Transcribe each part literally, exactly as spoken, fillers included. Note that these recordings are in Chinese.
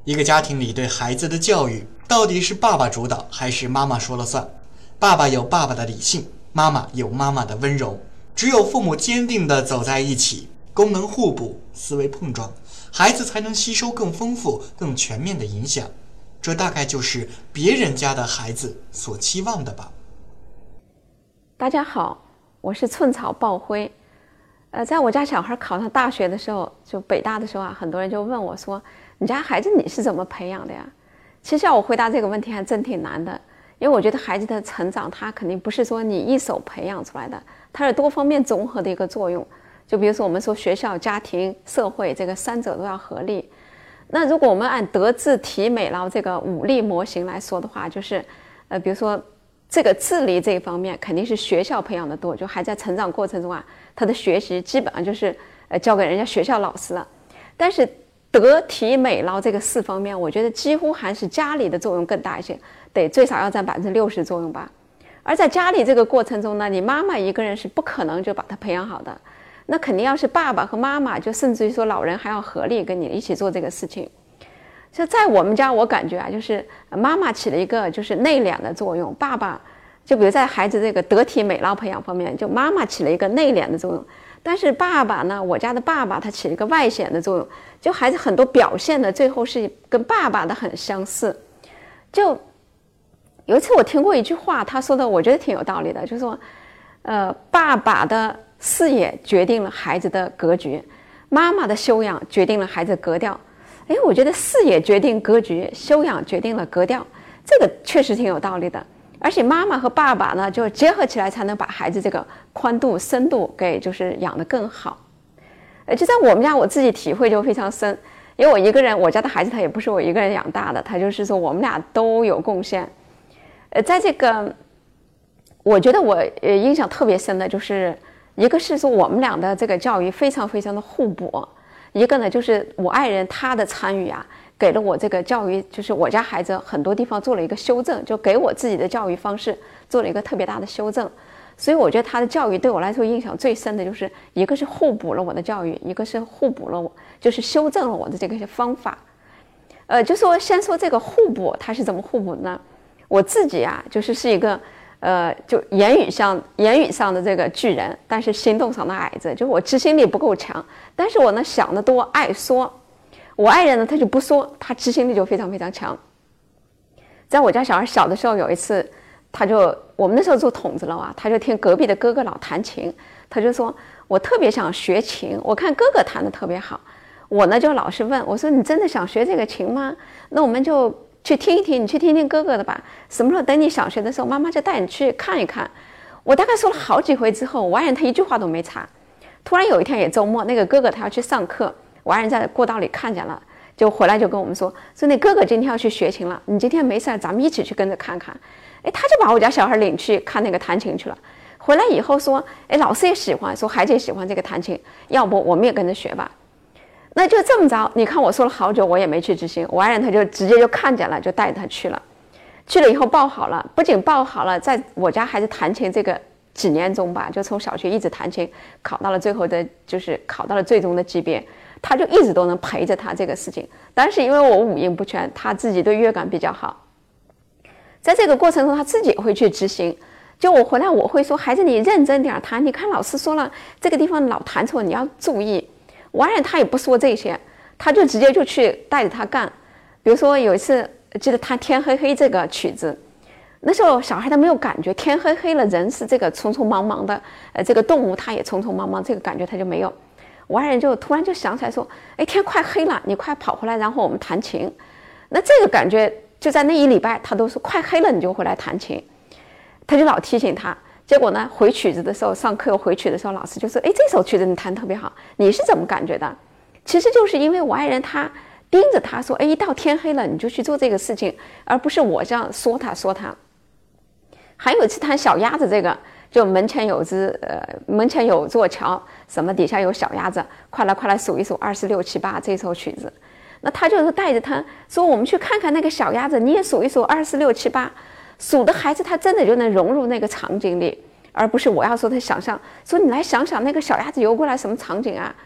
一个家庭里对孩子的教育，到底是爸爸主导还是妈妈说了算？爸爸有爸爸的理性，妈妈有妈妈的温柔。只有父母坚定地走在一起，功能互补，思维碰撞，孩子才能吸收更丰富、更全面的影响。这大概就是别人家的孩子所期望的吧。 大家好，我是寸草报灰。呃，在我家小孩考上大学的时候，就北大的时候啊，很多人就问我说：“你家孩子你是怎么培养的呀？”其实要我回答这个问题还真挺难的，因为我觉得孩子的成长，他肯定不是说你一手培养出来的，它是多方面综合的一个作用。就比如说我们说学校、家庭、社会这个三者都要合力。那如果我们按德智体美劳这个五力模型来说的话，就是呃，比如说这个智力这一方面肯定是学校培养的多，就还在成长过程中啊，他的学习基本上就是呃交给人家学校老师了。但是德体美劳这个四方面，我觉得几乎还是家里的作用更大一些，得最少要占百分之六十作用吧。而在家里这个过程中呢，你妈妈一个人是不可能就把他培养好的，那肯定要是爸爸和妈妈，就甚至于说老人还要合力跟你一起做这个事情。就在我们家，我感觉啊，就是妈妈起了一个就是内敛的作用，爸爸就比如在孩子这个德体美劳培养方面，就妈妈起了一个内敛的作用，但是爸爸呢，我家的爸爸他起了一个外显的作用，就孩子很多表现的最后是跟爸爸的很相似。就有一次我听过一句话，他说的我觉得挺有道理的，就是说呃，爸爸的视野决定了孩子的格局，妈妈的修养决定了孩子的格调。哎，我觉得视野决定格局，修养决定了格调，这个确实挺有道理的。而且妈妈和爸爸呢，就结合起来才能把孩子这个宽度、深度给就是养得更好。呃，就在我们家，我自己体会就非常深，因为我一个人，我家的孩子他也不是我一个人养大的，他就是说我们俩都有贡献。呃，在这个，我觉得我呃印象特别深的就是，一个是说我们俩的这个教育非常非常的互补。一个呢，就是我爱人他的参与啊，给了我这个教育，就是我家孩子很多地方做了一个修正，就给我自己的教育方式做了一个特别大的修正。所以我觉得他的教育对我来说印象最深的就是，一个是互补了我的教育，一个是互补了我，就是修正了我的这个方法。呃，就说先说这个互补，它是怎么互补呢？我自己啊，就是是一个。呃，就言语上言语上的这个巨人，但是行动上的矮子，就是我执行力不够强，但是我呢想得多，爱说。我爱人呢，他就不说，他执行力就非常非常强。在我家小孩小的时候，有一次，他就我们那时候住筒子楼啊，他就听隔壁的哥哥老弹琴，他就说我特别想学琴，我看哥哥弹得特别好，我呢就老是问我说你真的想学这个琴吗？那我们就去听一听，你去听听哥哥的吧。什么时候等你想学的时候，妈妈就带你去看一看。我大概说了好几回之后，我爱人他一句话都没插。突然有一天也周末，那个哥哥他要去上课，我爱人在过道里看见了，就回来就跟我们说，说那哥哥今天要去学琴了，你今天没事咱们一起去跟着看看。哎，他就把我家小孩领去看那个弹琴去了。回来以后说，哎，老师也喜欢，说孩子也喜欢这个弹琴，要不我们也跟着学吧。那就这么着，你看我说了好久，我也没去执行。我爱人他就直接就看见了，就带着他去了。去了以后报好了，不仅报好了，在我家孩子弹琴这个几年中吧，就从小学一直弹琴，考到了最后的，就是考到了最终的级别，他就一直都能陪着他这个事情。但是因为我五音不全，他自己对乐感比较好，在这个过程中他自己也会去执行。就我回来我会说，孩子你认真点弹，你看老师说了这个地方老弹错，你要注意。我爱人他也不说这些，他就直接就去带着他干。比如说有一次记得弹天黑黑这个曲子，那时候小孩他没有感觉，天黑黑了，人是这个匆匆忙忙的，呃，这个动物它也匆匆忙忙，这个感觉他就没有。我爱人就突然就想起来说，哎，天快黑了，你快跑回来，然后我们弹琴。那这个感觉就在那一礼拜，他都说快黑了你就回来弹琴，他就老提醒他。结果呢，回曲子的时候，上课回曲的时候，老师就说：“哎，这首曲子你弹特别好，你是怎么感觉的？”其实就是因为我爱人他盯着他说：“哎，一到天黑了你就去做这个事情，而不是我这样说他说他。”还有一次弹小鸭子，这个就门前有只呃门前有座桥，什么底下有小鸭子，快来快来数一数二四六七八这首曲子。那他就是带着他说：“我们去看看那个小鸭子，你也数一数二四六七八。”数的孩子他真的就能融入那个场景里，而不是我要说他想象，说你来想想那个小鸭子游过来什么场景啊。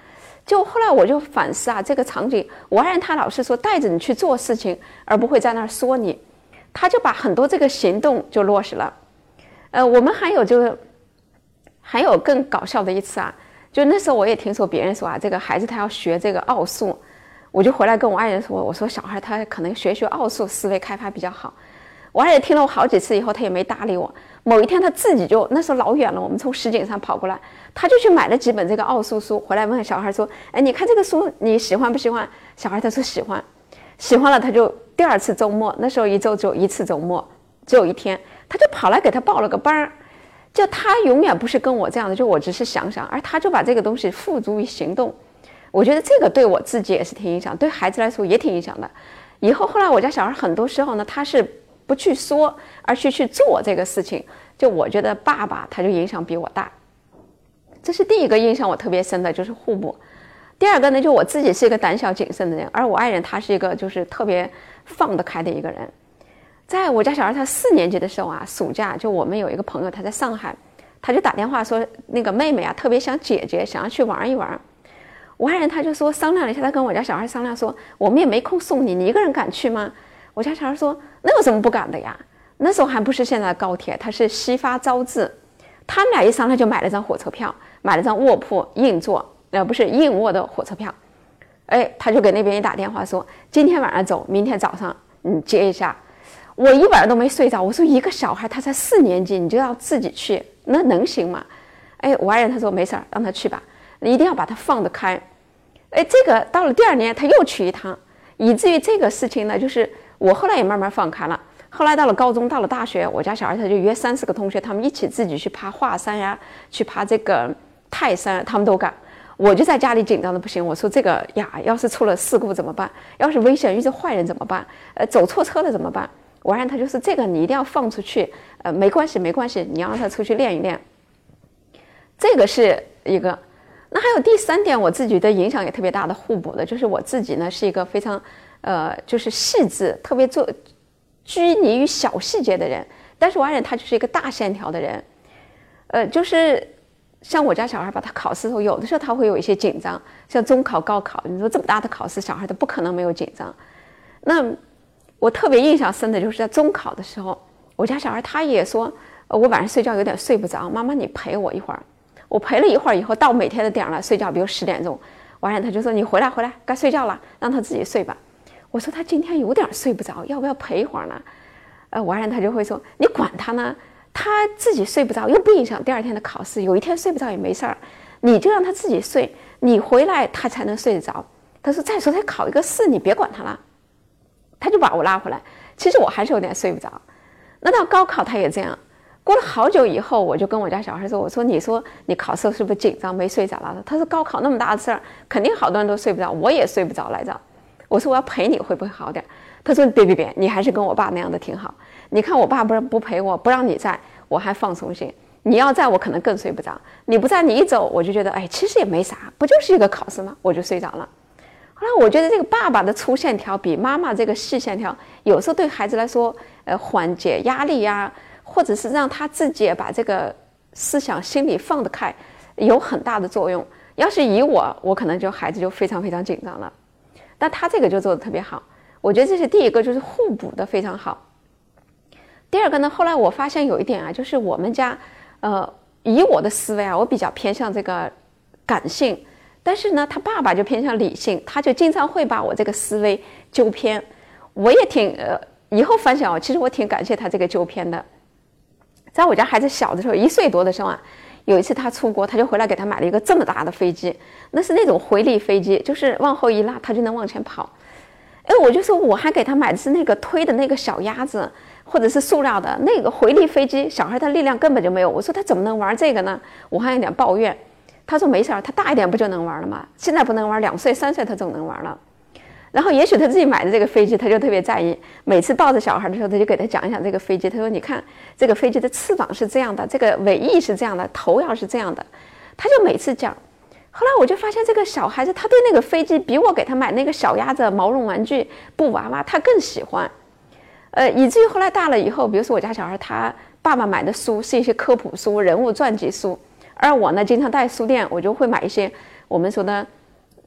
就后来我就反思啊，这个场景，我爱人他老是说带着你去做事情，而不会在那儿说你，他就把很多这个行动就落实了。呃，我们还有就是还有更搞笑的一次啊，就那时候我也听说别人说啊，这个孩子他要学这个奥数，我就回来跟我爱人说，我说小孩他可能学学奥数，思维开发比较好。我爱人听了我好几次以后，他也没搭理我。某一天他自己就那时候老远了，我们从石景山跑过来，他就去买了几本这个奥数书，回来问小孩说：“哎，你看这个书你喜欢不喜欢？”小孩他说喜欢，喜欢了他就第二次周末，那时候一周只有一次周末，只有一天，他就跑来给他报了个班儿。就他永远不是跟我这样的，就我只是想想，而他就把这个东西付诸于行动。我觉得这个对我自己也是挺影响，对孩子来说也挺影响的。以后后来我家小孩很多时候呢，他是不去说，而去去做这个事情。就我觉得爸爸他就影响比我大，这是第一个印象我特别深的，就是互补。第二个呢，就我自己是一个胆小谨慎的人，而我爱人他是一个就是特别放得开的一个人。在我家小孩他四年级的时候啊，暑假就我们有一个朋友他在上海，他就打电话说那个妹妹啊特别想姐姐，想要去玩一玩。我爱人他就说商量了一下，他跟我家小孩商量说，我们也没空送你，你一个人敢去吗？我家小孩说那有什么不敢的呀，那时候还不是现在的高铁，他是西发招致。他们俩一商量就买了张火车票，买了张卧铺硬座，呃不是硬卧的火车票。哎，他就给那边一打电话说今天晚上走，明天早上你接一下。我一晚上都没睡着，我说一个小孩他才四年级你就要自己去，那能行吗？哎，我爱人他说没事让他去吧，你一定要把他放得开。哎，这个到了第二年他又去一趟，以至于这个事情呢，就是我后来也慢慢放开了。后来到了高中，到了大学，我家小孩他就约三四个同学，他们一起自己去爬华山呀，去爬这个泰山，他们都敢。我就在家里紧张的不行，我说这个呀，要是出了事故怎么办？要是危险遇着坏人怎么办？呃，走错车了怎么办？我让他就是这个你一定要放出去，呃，没关系没关系，你要让他出去练一练。这个是一个。那还有第三点，我自己的影响也特别大的互补的，就是我自己呢是一个非常呃就是细致，特别做拘泥于小细节的人，但是我爱人他就是一个大线条的人，呃，就是像我家小孩吧，他考试的时候有的时候他会有一些紧张，像中考、高考，你说这么大的考试，小孩他不可能没有紧张。那我特别印象深的就是在中考的时候，我家小孩他也说，呃、我晚上睡觉有点睡不着，妈妈你陪我一会儿。我陪了一会儿以后，到每天的点了睡觉，比如十点钟，晚上他就说你回来回来该睡觉了，让他自己睡吧。我说他今天有点睡不着，要不要陪一会儿呢？呃，晚上他就会说你管他呢，他自己睡不着又不影响第二天的考试，有一天睡不着也没事儿，你就让他自己睡，你回来他才能睡得着。他说再说他考一个试，你别管他了。他就把我拉回来，其实我还是有点睡不着。那到高考他也这样，过了好久以后，我就跟我家小孩说，我说你说你考试是不是紧张没睡着了？他说高考那么大的事儿，肯定好多人都睡不着，我也睡不着来着。我说我要陪你会不会好点？他说别别别，你还是跟我爸那样的挺好。你看我爸不不陪我，不让你在，我还放松些。你要在我可能更睡不着，你不在你一走我就觉得哎，其实也没啥，不就是一个考试吗？我就睡着了。后来我觉得这个爸爸的粗线条比妈妈这个细线条，有时候对孩子来说，呃，缓解压力呀、啊，或者是让他自己把这个思想心理放得开，有很大的作用。要是以我，我可能就孩子就非常非常紧张了，但他这个就做得特别好。我觉得这是第一个，就是互补的非常好。第二个呢，后来我发现有一点啊，就是我们家，呃，以我的思维啊，我比较偏向这个感性。但是呢，他爸爸就偏向理性，他就经常会把我这个思维纠偏。我也挺呃，以后反想，其实我挺感谢他这个纠偏的。在我家孩子小的时候，一岁多的时候啊，有一次他出国，他就回来给他买了一个这么大的飞机，那是那种回力飞机，就是往后一拉，他就能往前跑。哎，我就说我还给他买的是那个推的那个小鸭子，或者是塑料的那个回力飞机，小孩的力量根本就没有。我说他怎么能玩这个呢？我还有点抱怨。他说没事儿，他大一点不就能玩了吗？现在不能玩，两岁三岁他总能玩了。然后也许他自己买的这个飞机，他就特别在意。每次抱着小孩的时候，他就给他讲一讲这个飞机。他说：“你看，这个飞机的翅膀是这样的，这个尾翼是这样的，头要是这样的。”他就每次讲。后来我就发现，这个小孩子他对那个飞机比我给他买那个小鸭子、毛绒玩具、布娃娃，他更喜欢。呃，以至于后来大了以后，比如说我家小孩，他爸爸买的书是一些科普书、人物传记书。而我呢，经常带书店，我就会买一些我们说的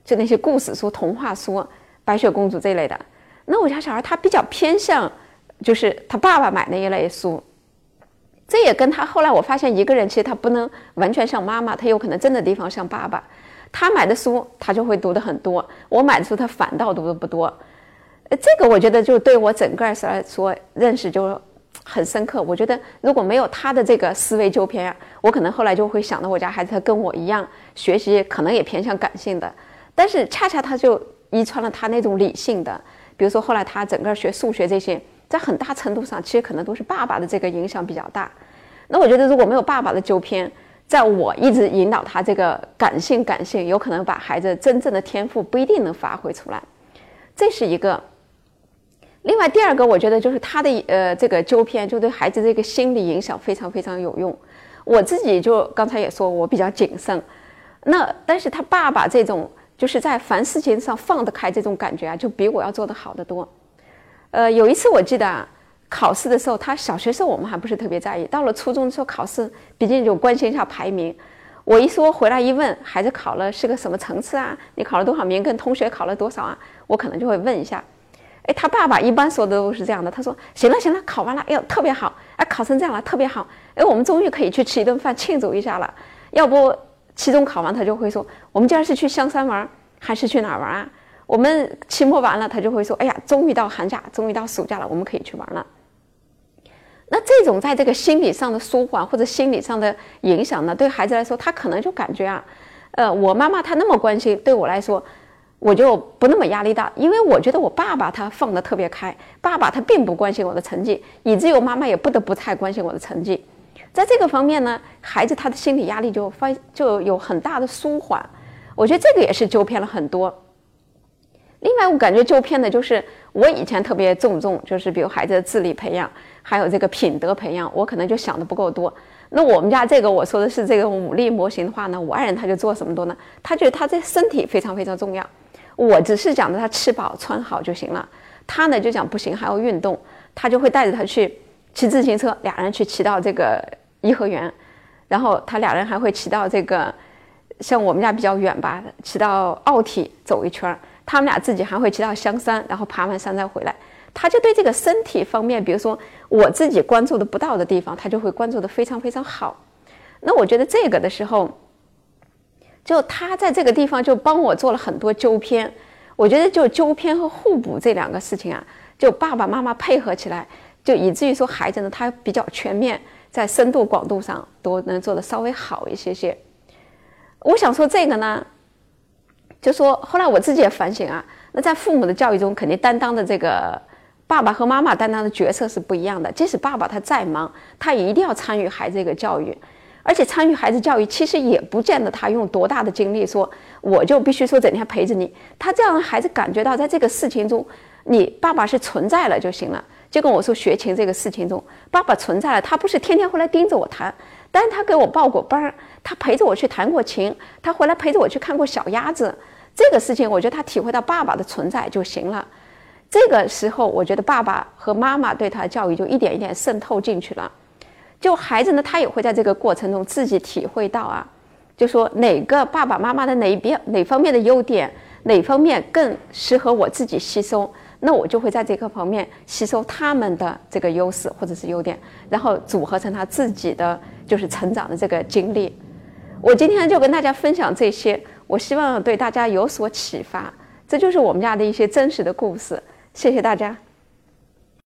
就那些故事书、童话书，白雪公主这类的。那我家小孩他比较偏向就是他爸爸买那一类书，这也跟他后来我发现一个人其实他不能完全像妈妈，他有可能真的地方像爸爸。他买的书他就会读的很多，我买的书他反倒读的不多。这个我觉得就对我整个来说认识就很深刻。我觉得如果没有他的这个思维纠偏啊，我可能后来就会想到我家孩子他跟我一样学习可能也偏向感性的，但是恰恰他就遗传了他那种理性的。比如说后来他整个学数学这些，在很大程度上其实可能都是爸爸的这个影响比较大。那我觉得如果没有爸爸的纠偏，在我一直引导他这个感性感性，有可能把孩子真正的天赋不一定能发挥出来，这是一个。另外第二个我觉得就是他的呃这个纠偏就对孩子这个心理影响非常非常有用。我自己就刚才也说我比较谨慎，那但是他爸爸这种就是在凡事情上放得开这种感觉啊，就比我要做得好得多。呃有一次我记得啊，考试的时候，他小学时候我们还不是特别在意，到了初中的时候考试，毕竟就关心一下排名。我一说回来一问，孩子考了是个什么层次啊？你考了多少名？跟同学考了多少啊？我可能就会问一下。哎，他爸爸一般说的都是这样的，他说：“行了行了，考完了，哎呦特别好，哎考成这样了特别好，哎我们终于可以去吃一顿饭庆祝一下了。”要不期中考完他就会说：“我们今儿是去香山玩，还是去哪儿玩啊？”我们期末完了，他就会说：“哎呀，终于到寒假，终于到暑假了，我们可以去玩了。”那这种在这个心理上的舒缓或者心理上的影响呢，对孩子来说，他可能就感觉啊，呃，我妈妈她那么关心，对我来说，我就不那么压力大，因为我觉得我爸爸他放得特别开，爸爸他并不关心我的成绩，以至于我妈妈也不得不太关心我的成绩。在这个方面呢，孩子他的心理压力就发就有很大的舒缓，我觉得这个也是纠偏了很多。另外我感觉纠偏的就是我以前特别注重，就是比如孩子的智力培养还有这个品德培养，我可能就想的不够多。那我们家这个我说的是这个武力模型的话呢，我爱人他就做什么多呢？他觉得他这身体非常非常重要，我只是讲的他吃饱穿好就行了，他呢就讲不行还要运动，他就会带着他去骑自行车，俩人去骑到这个颐和园，然后他俩人还会骑到这个像我们家比较远吧，骑到奥体走一圈，他们俩自己还会骑到香山，然后爬完山再回来。他就对这个身体方面，比如说我自己关注的不到的地方，他就会关注的非常非常好。那我觉得这个的时候，就他在这个地方就帮我做了很多纠偏。我觉得就纠偏和互补这两个事情啊，就爸爸妈妈配合起来，就以至于说孩子呢他比较全面，在深度广度上都能做得稍微好一些些。我想说这个呢，就说后来我自己也反省啊，那在父母的教育中，肯定担当的这个爸爸和妈妈担当的角色是不一样的。即使爸爸他再忙，他也一定要参与孩子这个教育，而且参与孩子教育其实也不见得他用多大的精力说我就必须说整天陪着你，他这样让孩子感觉到在这个事情中你爸爸是存在了就行了。就跟我说学琴这个事情中，爸爸存在了，他不是天天回来盯着我弹，但是他给我报过班，他陪着我去弹过琴，他回来陪着我去看过小鸭子，这个事情我觉得他体会到爸爸的存在就行了。这个时候我觉得爸爸和妈妈对他的教育就一点一点渗透进去了。就孩子呢，他也会在这个过程中自己体会到啊，就说哪个爸爸妈妈的哪一边哪方面的优点，哪方面更适合我自己吸收，那我就会在这个方面吸收他们的这个优势或者是优点，然后组合成他自己的就是成长的这个经历。我今天就跟大家分享这些，我希望对大家有所启发，这就是我们家的一些真实的故事。谢谢大家。